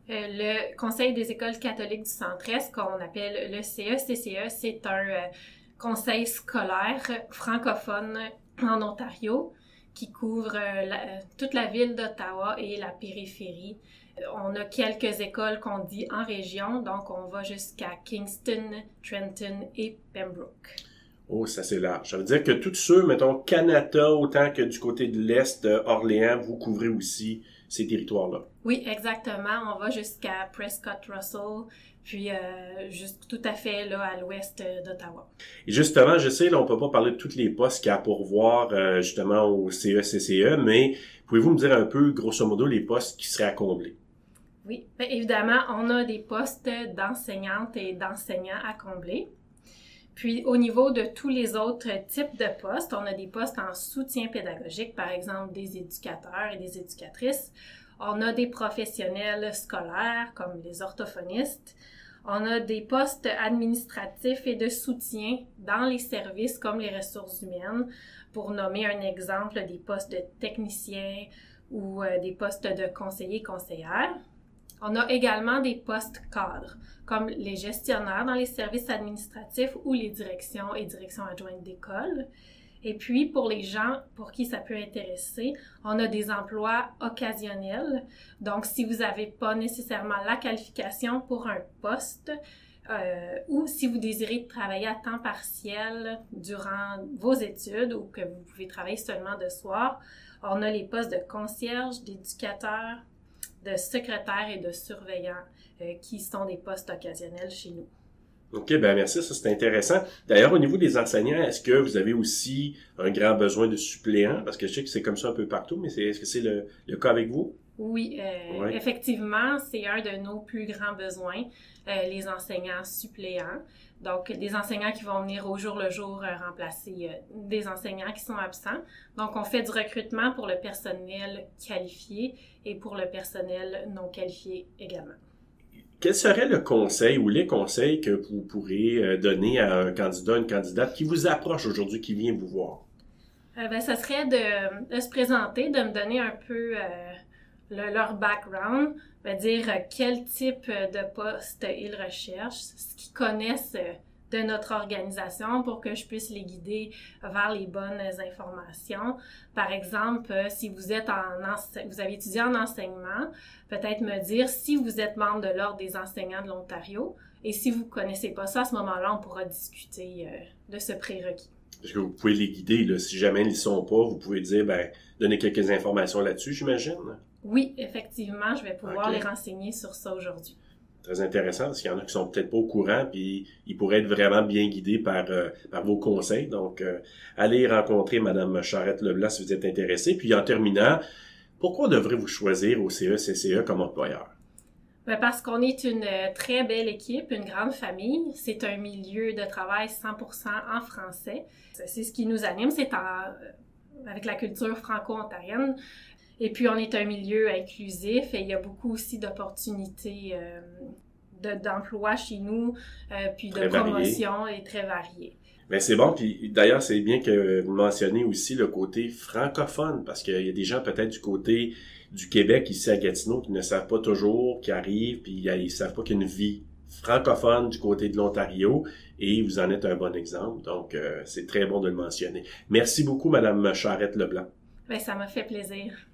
Le Conseil des écoles catholiques du Centre-Est, qu'on appelle le CECCE, c'est un conseil scolaire francophone en Ontario qui couvre toute la ville d'Ottawa et la périphérie. On a quelques écoles qu'on dit en région, donc on va jusqu'à Kingston, Trenton et Pembroke. Oh, ça c'est large. Ça veut dire que tous ceux, mettons, Canada, autant que du côté de l'Est, Orléans, vous couvrez aussi ces territoires-là. Oui, exactement. On va jusqu'à Prescott-Russell, puis juste tout à fait là à l'ouest d'Ottawa. Et justement, je sais, là, on peut pas parler de tous les postes qu'il y a à pourvoir justement au CECCE, mais pouvez-vous me dire un peu, grosso modo, les postes qui seraient à combler? Oui, bien évidemment, on a des postes d'enseignantes et d'enseignants à combler. Puis, au niveau de tous les autres types de postes, on a des postes en soutien pédagogique, par exemple des éducateurs et des éducatrices. On a des professionnels scolaires, comme les orthophonistes. On a des postes administratifs et de soutien dans les services, comme les ressources humaines. Pour nommer un exemple, des postes de techniciens ou des postes de conseillers-conseillères. On a également des postes cadres, comme les gestionnaires dans les services administratifs ou les directions et directions adjointes d'école. Et puis, pour les gens pour qui ça peut intéresser, on a des emplois occasionnels. Donc, si vous n'avez pas nécessairement la qualification pour un poste, ou si vous désirez travailler à temps partiel durant vos études ou que vous pouvez travailler seulement de soir, on a les postes de concierge, d'éducateur, de secrétaires et de surveillants qui sont des postes occasionnels chez nous. OK, ben merci, ça c'est intéressant. D'ailleurs, au niveau des enseignants, est-ce que vous avez aussi un grand besoin de suppléants? Parce que je sais que c'est comme ça un peu partout, mais est-ce que c'est le cas avec vous? Oui, ouais. Effectivement, c'est un de nos plus grands besoins, les enseignants suppléants. Donc, des enseignants qui vont venir au jour le jour remplacer des enseignants qui sont absents. Donc, on fait du recrutement pour le personnel qualifié et pour le personnel non qualifié également. Quel serait le conseil ou les conseils que vous pourrez donner à un candidat, une candidate qui vous approche aujourd'hui, qui vient vous voir? Ça serait de se présenter, de me donner un peu leur background, dire quel type de poste ils recherchent, ce qu'ils connaissent de notre organisation pour que je puisse les guider vers les bonnes informations. Par exemple, si vous êtes vous avez étudié en enseignement, peut-être me dire si vous êtes membre de l'Ordre des enseignants de l'Ontario et si vous connaissez pas ça, à ce moment-là, on pourra discuter de ce prérequis. Parce que vous pouvez les guider, là. Si jamais ils ne sont pas, vous pouvez dire, donner quelques informations là-dessus, j'imagine. Oui, effectivement, je vais pouvoir les renseigner sur ça aujourd'hui. Très intéressant, parce qu'il y en a qui sont peut-être pas au courant, puis ils pourraient être vraiment bien guidés par vos conseils. Donc, allez rencontrer Mme Charette-Leblanc si vous êtes intéressé. Puis, en terminant, pourquoi devrez-vous choisir au CECCE comme employeur? Parce qu'on est une très belle équipe, une grande famille. C'est un milieu de travail 100% en français. C'est ce qui nous anime, avec la culture franco-ontarienne. Et puis, on est un milieu inclusif et il y a beaucoup aussi d'opportunités d'emploi chez nous, puis de promotion et très variées. Mais c'est bon, puis d'ailleurs, c'est bien que vous mentionnez aussi le côté francophone, parce qu'il y a des gens peut-être du côté du Québec, ici à Gatineau, qui ne savent pas toujours, qui arrivent, puis ils savent pas qu'il y a une vie francophone du côté de l'Ontario, et vous en êtes un bon exemple, donc c'est très bon de le mentionner. Merci beaucoup, Mme Charette-Leblanc. Ça m'a fait plaisir.